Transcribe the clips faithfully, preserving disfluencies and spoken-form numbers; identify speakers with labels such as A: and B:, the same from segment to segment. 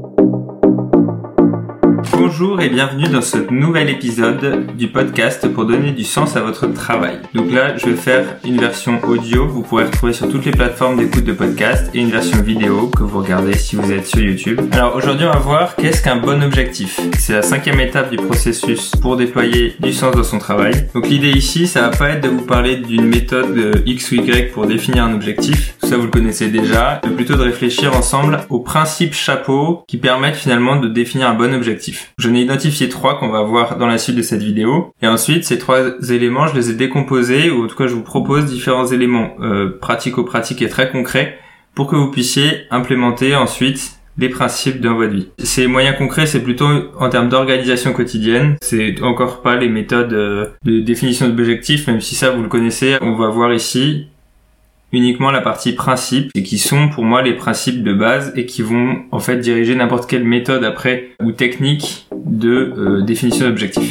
A: Bonjour et bienvenue dans ce nouvel épisode du podcast pour donner du sens à votre travail. Donc là, je vais faire une version audio, vous pourrez retrouver sur toutes les plateformes d'écoute de podcast, et une version vidéo que vous regardez si vous êtes sur YouTube. Alors aujourd'hui, on va voir qu'est-ce qu'un bon objectif. C'est la cinquième étape du processus pour déployer du sens dans son travail. Donc l'idée ici, ça va pas être de vous parler d'une méthode X ou Y pour définir un objectif, tout ça vous le connaissez déjà, mais plutôt de réfléchir ensemble aux principes chapeaux qui permettent finalement de définir un bon objectif. J'en ai identifié trois qu'on va voir dans la suite de cette vidéo. Et ensuite, ces trois éléments, je les ai décomposés, ou en tout cas, je vous propose différents éléments euh, pratico-pratiques et très concrets pour que vous puissiez implémenter ensuite les principes dans votre vie. Ces moyens concrets, c'est plutôt en termes d'organisation quotidienne. C'est encore pas les méthodes euh, de définition d'objectifs, même si ça, vous le connaissez. On va voir ici uniquement la partie principes, et qui sont pour moi les principes de base et qui vont en fait diriger n'importe quelle méthode après ou technique de euh, définition d'objectifs.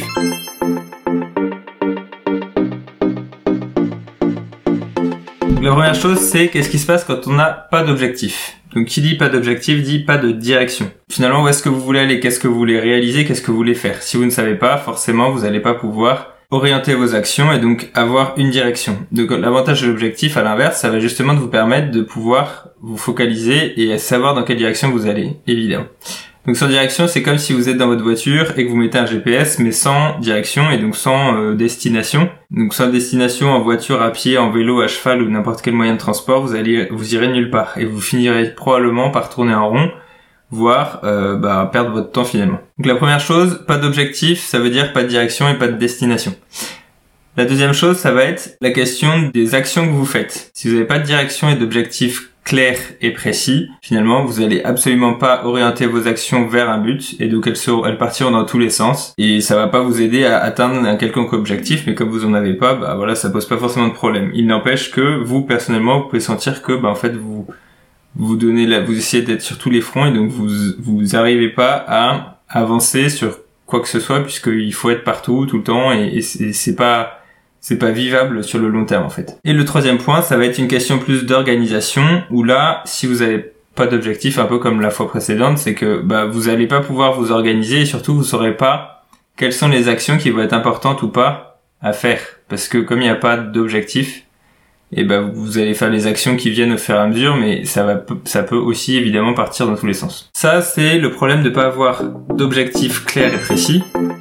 A: La première chose, c'est qu'est-ce qui se passe quand on n'a pas d'objectif. Donc qui dit pas d'objectif dit pas de direction. Finalement, où est-ce que vous voulez aller, qu'est-ce que vous voulez réaliser, qu'est-ce que vous voulez faire. Si vous ne savez pas, forcément vous n'allez pas pouvoir orienter vos actions et donc avoir une direction. Donc l'avantage de l'objectif, à l'inverse, ça va justement de vous permettre de pouvoir vous focaliser et savoir dans quelle direction vous allez, évidemment. Donc sans direction, c'est comme si vous êtes dans votre voiture et que vous mettez un G P S mais sans direction et donc sans euh, destination. Donc sans destination en voiture, à pied, en vélo, à cheval ou n'importe quel moyen de transport, vous allez vous irez nulle part et vous finirez probablement par tourner en rond, voire euh, bah, perdre votre temps finalement. Donc la première chose, pas d'objectif, ça veut dire pas de direction et pas de destination. La deuxième chose, ça va être la question des actions que vous faites. Si vous n'avez pas de direction et d'objectif clair et précis, finalement, vous allez absolument pas orienter vos actions vers un but, et donc elles, seront, elles partiront dans tous les sens, et ça va pas vous aider à atteindre un quelconque objectif, mais comme vous en avez pas, bah voilà, ça pose pas forcément de problème. Il n'empêche que vous, personnellement, vous pouvez sentir que, bah en fait, vous vous donnez la, vous essayez d'être sur tous les fronts, et donc vous vous arrivez pas à avancer sur quoi que ce soit, puisqu'il faut être partout, tout le temps, et, et c'est, c'est pas c'est pas vivable sur le long terme en fait. Et le troisième point, ça va être une question plus d'organisation, où là, si vous avez pas d'objectif, un peu comme la fois précédente, c'est que bah vous allez pas pouvoir vous organiser, et surtout vous saurez pas quelles sont les actions qui vont être importantes ou pas à faire, parce que comme il n'y a pas d'objectif, et ben vous allez faire les actions qui viennent au fur et à mesure, mais ça va ça peut aussi évidemment partir dans tous les sens. Ça, c'est le problème de pas avoir d'objectif clair et précis.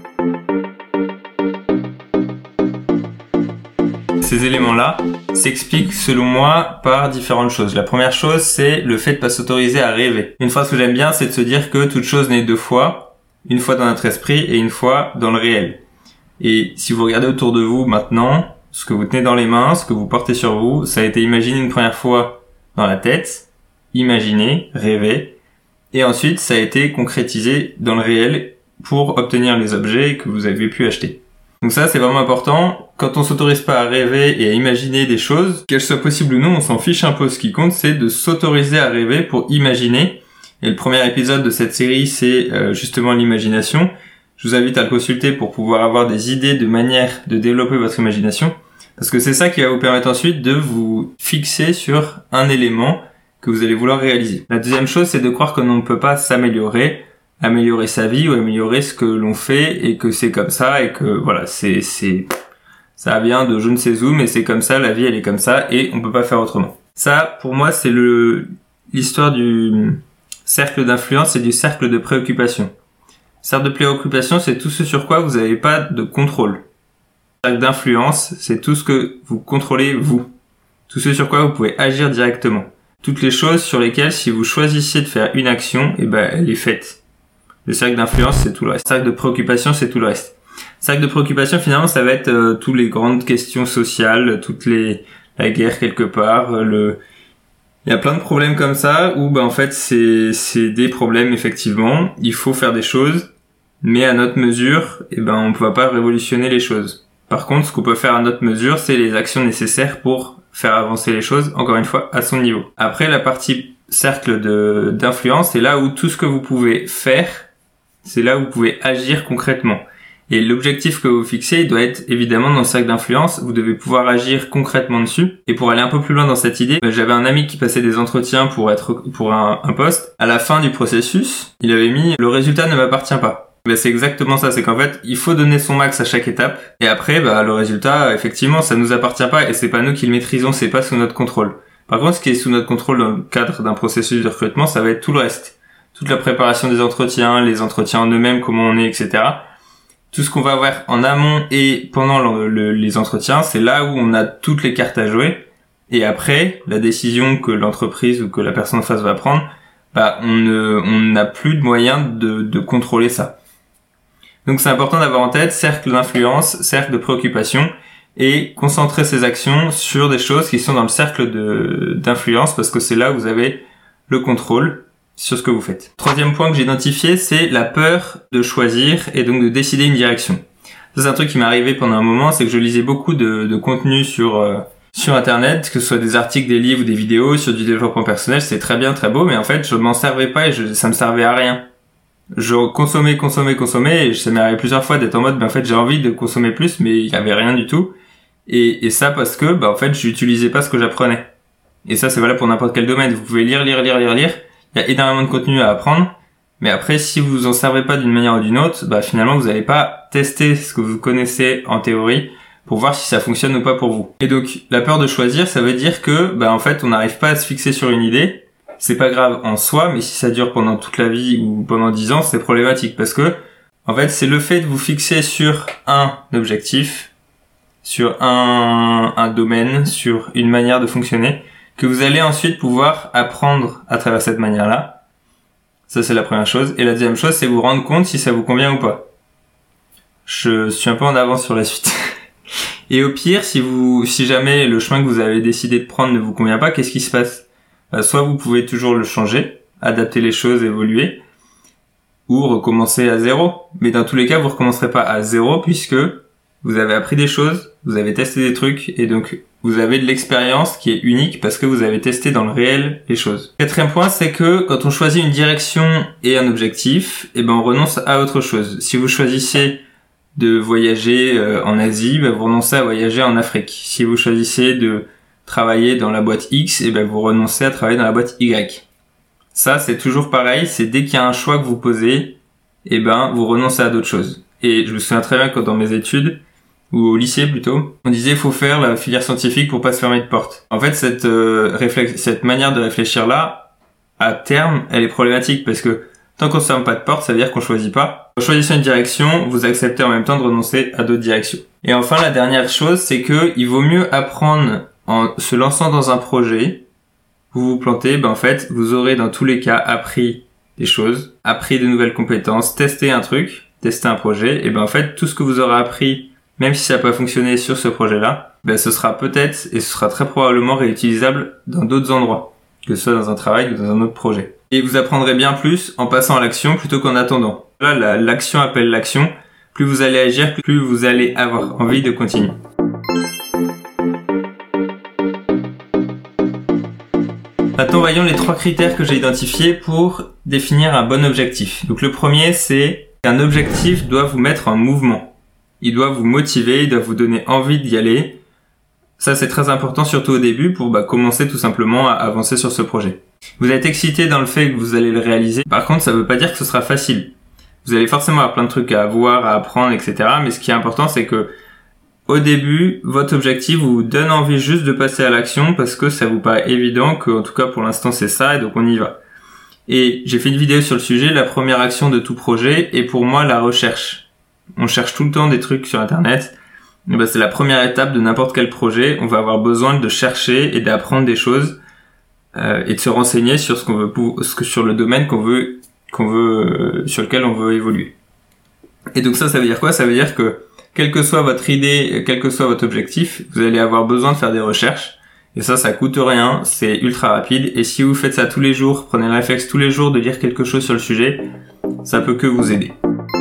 A: Ces éléments-là s'expliquent selon moi par différentes choses. La première chose, c'est le fait de pas s'autoriser à rêver. Une phrase que j'aime bien, c'est de se dire que toute chose naît deux fois, une fois dans notre esprit et une fois dans le réel. Et si vous regardez autour de vous maintenant, ce que vous tenez dans les mains, ce que vous portez sur vous, ça a été imaginé une première fois dans la tête, imaginé, rêvé, et ensuite ça a été concrétisé dans le réel pour obtenir les objets que vous avez pu acheter. Donc ça, c'est vraiment important. Quand on s'autorise pas à rêver et à imaginer des choses, qu'elles soient possibles ou non, on s'en fiche un peu. Ce qui compte, c'est de s'autoriser à rêver pour imaginer. Et le premier épisode de cette série, c'est euh, justement l'imagination. Je vous invite à le consulter pour pouvoir avoir des idées de manière de développer votre imagination. Parce que c'est ça qui va vous permettre ensuite de vous fixer sur un élément que vous allez vouloir réaliser. La deuxième chose, c'est de croire que l'on ne peut pas s'améliorer, améliorer sa vie ou améliorer ce que l'on fait, et que c'est comme ça, et que voilà, c'est c'est ça vient de je ne sais où, mais c'est comme ça, la vie elle est comme ça et on peut pas faire autrement. Ça, pour moi, c'est le l'histoire du cercle d'influence et du cercle de préoccupation. Cercle de préoccupation, c'est tout ce sur quoi vous n'avez pas de contrôle. Cercle d'influence, c'est tout ce que vous contrôlez vous. Tout ce sur quoi vous pouvez agir directement. Toutes les choses sur lesquelles, si vous choisissez de faire une action, eh ben, elle est faite. Le cercle d'influence, c'est tout le reste. Le cercle de préoccupation, c'est tout le reste. Le cercle de préoccupation, finalement, ça va être euh, toutes les grandes questions sociales, toutes les la guerre quelque part, euh, le il y a plein de problèmes comme ça où ben en fait c'est c'est des problèmes effectivement, il faut faire des choses, mais à notre mesure, et ben on ne peut pas révolutionner les choses. Par contre, ce qu'on peut faire à notre mesure, c'est les actions nécessaires pour faire avancer les choses, encore une fois, à son niveau. Après, la partie cercle de d'influence, c'est là où tout ce que vous pouvez faire, c'est là où vous pouvez agir concrètement. Et l'objectif que vous fixez, il doit être évidemment dans le cercle d'influence. Vous devez pouvoir agir concrètement dessus. Et pour aller un peu plus loin dans cette idée, j'avais un ami qui passait des entretiens pour être pour un, un poste. À la fin du processus, il avait mis « le résultat ne m'appartient pas ». Ben, c'est exactement ça, c'est qu'en fait, il faut donner son max à chaque étape. Et après, bah, le résultat, effectivement, ça nous appartient pas et c'est pas nous qui le maîtrisons, c'est pas sous notre contrôle. Par contre, ce qui est sous notre contrôle dans le cadre d'un processus de recrutement, ça va être tout le reste. Toute la préparation des entretiens, les entretiens en eux-mêmes, comment on est, et cetera. Tout ce qu'on va voir en amont et pendant le, le, les entretiens, c'est là où on a toutes les cartes à jouer. Et après, la décision que l'entreprise ou que la personne en face va prendre, bah, on ne, on n'a plus de moyens de, de contrôler ça. Donc c'est important d'avoir en tête cercle d'influence, cercle de préoccupation et concentrer ses actions sur des choses qui sont dans le cercle de, d'influence parce que c'est là où vous avez le contrôle sur ce que vous faites. Troisième point que j'ai identifié, c'est la peur de choisir et donc de décider une direction. Ça, c'est un truc qui m'est arrivé pendant un moment, c'est que je lisais beaucoup de, de contenu sur euh, sur internet, que ce soit des articles, des livres ou des vidéos sur du développement personnel, c'est très bien, très beau, mais en fait je m'en servais pas et je, ça me servait à rien. Je consommais, consommais, consommais et ça m'est arrivé plusieurs fois d'être en mode, ben en fait j'ai envie de consommer plus, mais il y avait rien du tout. Et, et ça parce que, ben en fait j'utilisais pas ce que j'apprenais. Et ça c'est valable pour n'importe quel domaine. Vous pouvez lire, lire, lire, lire, lire. Il y a énormément de contenu à apprendre. Mais après, si vous vous en servez pas d'une manière ou d'une autre, bah finalement vous n'allez pas tester ce que vous connaissez en théorie pour voir si ça fonctionne ou pas pour vous. Et donc la peur de choisir, ça veut dire que, bah en fait on n'arrive pas à se fixer sur une idée. C'est pas grave en soi, mais si ça dure pendant toute la vie ou pendant dix ans, c'est problématique parce que, en fait, c'est le fait de vous fixer sur un objectif, sur un, un domaine, sur une manière de fonctionner, que vous allez ensuite pouvoir apprendre à travers cette manière-là. Ça, c'est la première chose. Et la deuxième chose, c'est vous rendre compte si ça vous convient ou pas. Je suis un peu en avance sur la suite. Et au pire, si vous, si jamais le chemin que vous avez décidé de prendre ne vous convient pas, qu'est-ce qui se passe? Soit vous pouvez toujours le changer, adapter les choses, évoluer, ou recommencer à zéro. Mais dans tous les cas, vous recommencerez pas à zéro puisque vous avez appris des choses, vous avez testé des trucs, et donc vous avez de l'expérience qui est unique parce que vous avez testé dans le réel les choses. Quatrième point, c'est que quand on choisit une direction et un objectif, eh ben on renonce à autre chose. Si vous choisissez de voyager en Asie, ben vous renoncez à voyager en Afrique. Si vous choisissez de travailler dans la boîte X, et ben vous renoncez à travailler dans la boîte Y. Ça, c'est toujours pareil, c'est dès qu'il y a un choix que vous posez, et ben vous renoncez à d'autres choses. Et je me souviens très bien quand dans mes études, ou au lycée plutôt, on disait faut faire la filière scientifique pour pas se fermer de porte. En fait, cette euh, réflex- cette manière de réfléchir là, à terme, elle est problématique parce que tant qu'on se ferme pas de porte, ça veut dire qu'on choisit pas. En choisissant une direction, vous acceptez en même temps de renoncer à d'autres directions. Et enfin, la dernière chose, c'est que il vaut mieux apprendre en se lançant dans un projet, vous vous plantez, ben en fait, vous aurez dans tous les cas appris des choses, appris de nouvelles compétences, testé un truc, testé un projet, et ben en fait, tout ce que vous aurez appris, même si ça n'a pas fonctionné sur ce projet-là, ben ce sera peut-être et ce sera très probablement réutilisable dans d'autres endroits, que ce soit dans un travail ou dans un autre projet. Et vous apprendrez bien plus en passant à l'action plutôt qu'en attendant. Là, la, l'action appelle l'action. Plus vous allez agir, plus vous allez avoir envie de continuer. Maintenant, voyons les trois critères que j'ai identifiés pour définir un bon objectif. Donc le premier, c'est qu'un objectif doit vous mettre en mouvement. Il doit vous motiver, il doit vous donner envie d'y aller. Ça, c'est très important, surtout au début, pour bah, commencer tout simplement à avancer sur ce projet. Vous êtes excité dans le fait que vous allez le réaliser. Par contre, ça ne veut pas dire que ce sera facile. Vous allez forcément avoir plein de trucs à voir, à apprendre, et cetera. Mais ce qui est important, c'est que au début, votre objectif vous donne envie juste de passer à l'action parce que ça vous paraît évident que, en tout cas pour l'instant, c'est ça et donc on y va. Et j'ai fait une vidéo sur le sujet, la première action de tout projet est pour moi la recherche. On cherche tout le temps des trucs sur Internet. Et ben, c'est la première étape de n'importe quel projet. On va avoir besoin de chercher et d'apprendre des choses euh, et de se renseigner sur ce qu'on veut, ce que sur le domaine qu'on veut, qu'on veut, euh, sur lequel on veut évoluer. Et donc ça, ça veut dire quoi? Ça veut dire que quelle que soit votre idée, quel que soit votre objectif, vous allez avoir besoin de faire des recherches. Et ça, ça coûte rien, c'est ultra rapide. Et si vous faites ça tous les jours, prenez le réflexe tous les jours de lire quelque chose sur le sujet, ça peut que vous aider.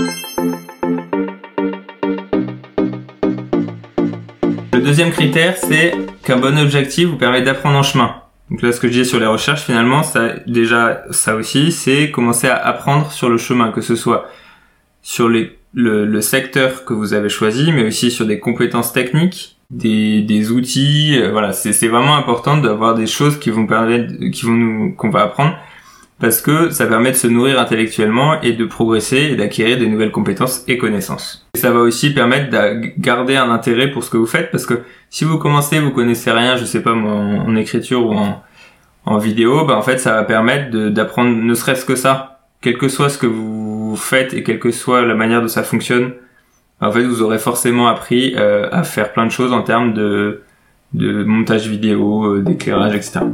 A: Le deuxième critère, c'est qu'un bon objectif vous permet d'apprendre en chemin. Donc là, ce que je disais sur les recherches, finalement, ça, déjà, ça aussi, c'est commencer à apprendre sur le chemin, que ce soit sur les le, le secteur que vous avez choisi, mais aussi sur des compétences techniques, des, des outils. Euh, voilà, c'est, c'est vraiment important d'avoir des choses qui vont permettre, qui vont nous, qu'on va apprendre, parce que ça permet de se nourrir intellectuellement et de progresser et d'acquérir des nouvelles compétences et connaissances. Et ça va aussi permettre de garder un intérêt pour ce que vous faites, parce que si vous commencez, vous connaissez rien, je sais pas moi, en, en écriture ou en, en vidéo, bah en fait ça va permettre de, d'apprendre ne serait-ce que ça, quel que soit ce que vous faites et quelle que soit la manière dont ça fonctionne. En fait, vous aurez forcément appris euh, à faire plein de choses en termes de, de montage vidéo, euh, d'éclairage, et cetera.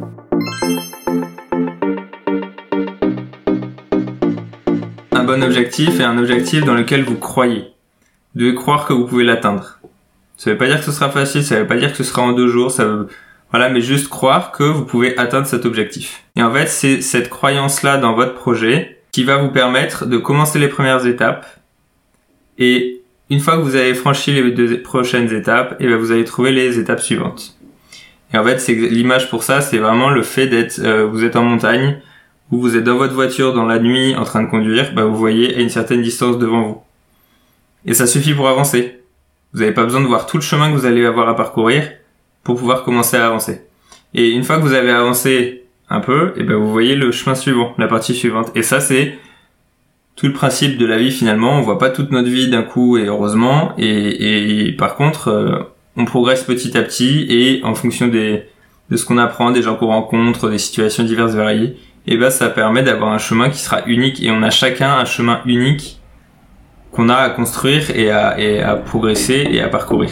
A: Un bon objectif est un objectif dans lequel vous croyez. Vous devez croire que vous pouvez l'atteindre. Ça veut pas dire que ce sera facile, ça veut pas dire que ce sera en deux jours, ça veut, voilà, mais juste croire que vous pouvez atteindre cet objectif. Et en fait, c'est cette croyance-là dans votre projet qui va vous permettre de commencer les premières étapes. Et une fois que vous avez franchi les deux prochaines étapes, et ben vous allez trouver les étapes suivantes. Et en fait, c'est l'image pour ça, c'est vraiment le fait d'être, euh, vous êtes en montagne, ou vous êtes dans votre voiture dans la nuit en train de conduire, bah vous voyez à une certaine distance devant vous. Et ça suffit pour avancer. Vous n'avez pas besoin de voir tout le chemin que vous allez avoir à parcourir pour pouvoir commencer à avancer. Et une fois que vous avez avancé un peu, et ben vous voyez le chemin suivant, la partie suivante. Et ça, c'est tout le principe de la vie finalement. On voit pas toute notre vie d'un coup, et heureusement. Et, et par contre, euh, on progresse petit à petit, et en fonction des de ce qu'on apprend, des gens qu'on rencontre, des situations diverses variées, et ben ça permet d'avoir un chemin qui sera unique, et on a chacun un chemin unique qu'on a à construire et à, et à progresser et à parcourir.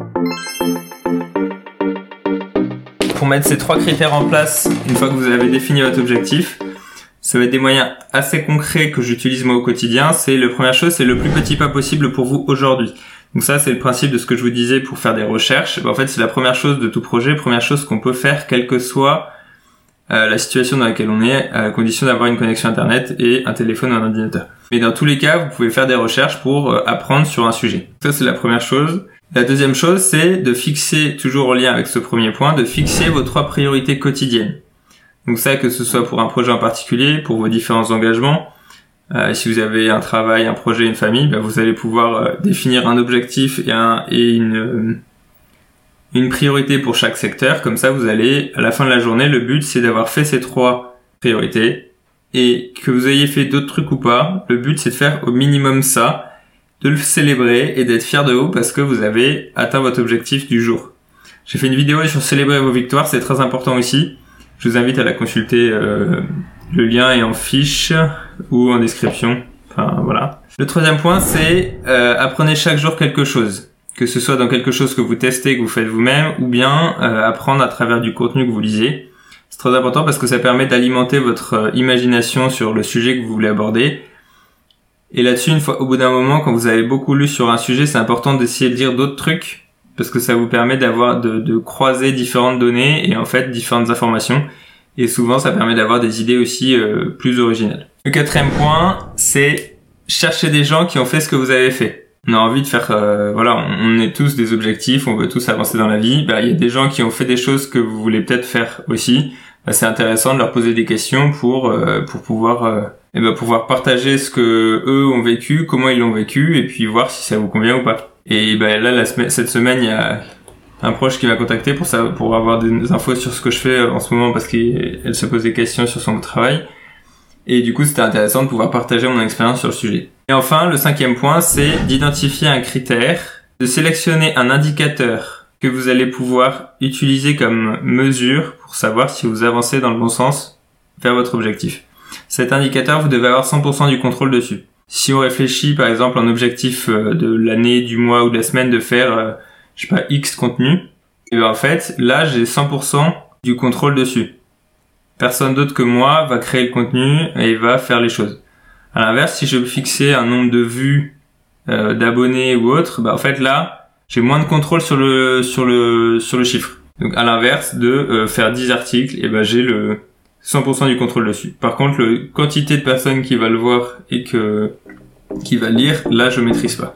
A: Pour mettre ces trois critères en place, une fois que vous avez défini votre objectif, ça va être des moyens assez concrets que j'utilise moi au quotidien. C'est la première chose, c'est le plus petit pas possible pour vous aujourd'hui. Donc ça, c'est le principe de ce que je vous disais pour faire des recherches. En fait, c'est la première chose de tout projet, première chose qu'on peut faire, quelle que soit euh, la situation dans laquelle on est, à condition d'avoir une connexion internet et un téléphone ou un ordinateur. Mais dans tous les cas, vous pouvez faire des recherches pour euh, apprendre sur un sujet. Ça, c'est la première chose. La deuxième chose, c'est de fixer, toujours en lien avec ce premier point, de fixer vos trois priorités quotidiennes. Donc ça, que ce soit pour un projet en particulier, pour vos différents engagements, euh, si vous avez un travail, un projet, une famille, ben vous allez pouvoir euh, définir un objectif et, un, et une, euh, une priorité pour chaque secteur. Comme ça, vous allez, à la fin de la journée, le but, c'est d'avoir fait ces trois priorités. Et que vous ayez fait d'autres trucs ou pas, le but, c'est de faire au minimum ça, de le célébrer et d'être fier de vous parce que vous avez atteint votre objectif du jour. J'ai fait une vidéo sur célébrer vos victoires, c'est très important aussi. Je vous invite à la consulter, euh, le lien est en fiche ou en description. Enfin, voilà. Le troisième point, c'est euh, apprenez chaque jour quelque chose. Que ce soit dans quelque chose que vous testez, que vous faites vous-même, ou bien euh, apprendre à travers du contenu que vous lisez. C'est très important parce que ça permet d'alimenter votre euh, imagination sur le sujet que vous voulez aborder. Et là-dessus, une fois, au bout d'un moment, quand vous avez beaucoup lu sur un sujet, c'est important d'essayer de lire d'autres trucs, parce que ça vous permet d'avoir, de, de croiser différentes données et en fait différentes informations. Et souvent, ça permet d'avoir des idées aussi euh, plus originales. Le quatrième point, c'est chercher des gens qui ont fait ce que vous avez fait. On a envie de faire, euh, voilà, on, on est tous des objectifs, on veut tous avancer dans la vie. Bah, il y a des gens qui ont fait des choses que vous voulez peut-être faire aussi. Bah, c'est intéressant de leur poser des questions pour euh, pour pouvoir euh, et ben pouvoir partager ce que eux ont vécu, comment ils l'ont vécu, et puis voir si ça vous convient ou pas. Et ben là, la semaine, cette semaine, il y a un proche qui m'a contacté pour ça, pour avoir des infos sur ce que je fais en ce moment parce qu'elle se pose des questions sur son travail. Et du coup, c'était intéressant de pouvoir partager mon expérience sur le sujet. Et enfin, le cinquième point, c'est d'identifier un critère, de sélectionner un indicateur que vous allez pouvoir utiliser comme mesure pour savoir si vous avancez dans le bon sens vers votre objectif. Cet indicateur, vous devez avoir cent pour cent du contrôle dessus. Si on réfléchit, par exemple, en objectif de l'année, du mois ou de la semaine de faire, euh, je sais pas, X contenu, et bien en fait, là, j'ai cent pour cent du contrôle dessus. Personne d'autre que moi va créer le contenu et va faire les choses. À l'inverse, si je veux fixer un nombre de vues, euh, d'abonnés ou autre, bah en fait là, j'ai moins de contrôle sur le sur le sur le chiffre. Donc à l'inverse de euh, faire dix articles, et ben j'ai le cent pour cent du contrôle dessus. Par contre, la quantité de personnes qui va le voir et que qui va le lire, là je maîtrise pas.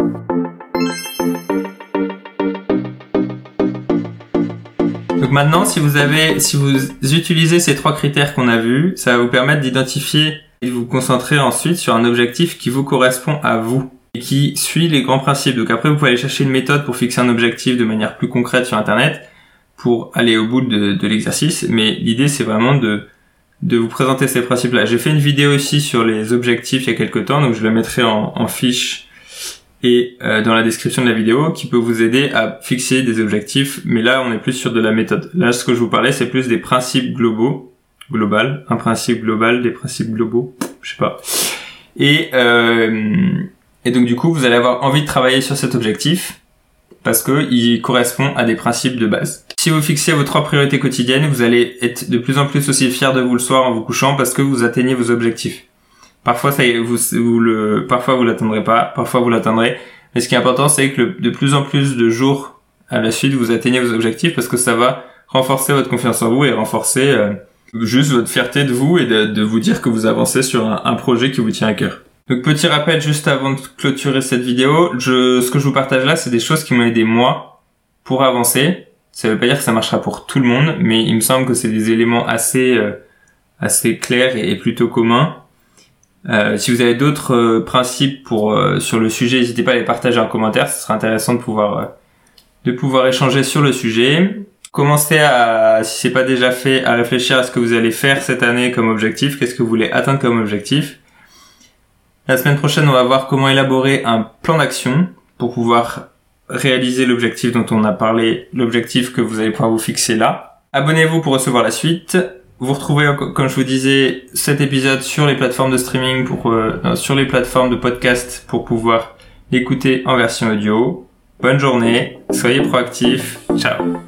A: Donc maintenant, si vous avez, si vous utilisez ces trois critères qu'on a vus, ça va vous permettre d'identifier et de vous concentrer ensuite sur un objectif qui vous correspond à vous. et qui suit les grands principes. Donc après, vous pouvez aller chercher une méthode pour fixer un objectif de manière plus concrète sur Internet pour aller au bout de, de l'exercice. Mais l'idée, c'est vraiment de de vous présenter ces principes-là. J'ai fait une vidéo aussi sur les objectifs il y a quelques temps, donc je la mettrai en, en fiche et euh, dans la description de la vidéo, qui peut vous aider à fixer des objectifs. Mais là, on est plus sur de la méthode. Là, ce que je vous parlais, c'est plus des principes globaux, global, un principe global, des principes globaux, je sais pas. Et euh, et donc du coup, vous allez avoir envie de travailler sur cet objectif parce que il correspond à des principes de base. Si vous fixez vos trois priorités quotidiennes, vous allez être de plus en plus aussi fier de vous le soir en vous couchant parce que vous atteignez vos objectifs. Parfois, ça, vous, vous le, parfois vous l'atteindrez pas, parfois vous l'atteindrez. Mais ce qui est important, c'est que le, de plus en plus de jours à la suite, vous atteignez vos objectifs parce que ça va renforcer votre confiance en vous et renforcer euh, juste votre fierté de vous et de, de vous dire que vous avancez sur un, un projet qui vous tient à cœur. Donc petit rappel juste avant de clôturer cette vidéo, je, ce que je vous partage là, c'est des choses qui m'ont aidé moi pour avancer. Ça veut pas dire que ça marchera pour tout le monde, mais il me semble que c'est des éléments assez euh, assez clairs et, et plutôt communs. Euh, si vous avez d'autres euh, principes pour euh, sur le sujet, n'hésitez pas à les partager en commentaire. Ce sera intéressant de pouvoir euh, de pouvoir échanger sur le sujet. Commencez à, si c'est pas déjà fait, à réfléchir à ce que vous allez faire cette année comme objectif. Qu'est-ce que vous voulez atteindre comme objectif? La semaine prochaine, on va voir comment élaborer un plan d'action pour pouvoir réaliser l'objectif dont on a parlé, l'objectif que vous allez pouvoir vous fixer là. Abonnez-vous pour recevoir la suite. Vous retrouvez, comme je vous disais, cet épisode sur les plateformes de streaming, pour euh, non, sur les plateformes de podcast pour pouvoir l'écouter en version audio. Bonne journée, soyez proactifs, ciao.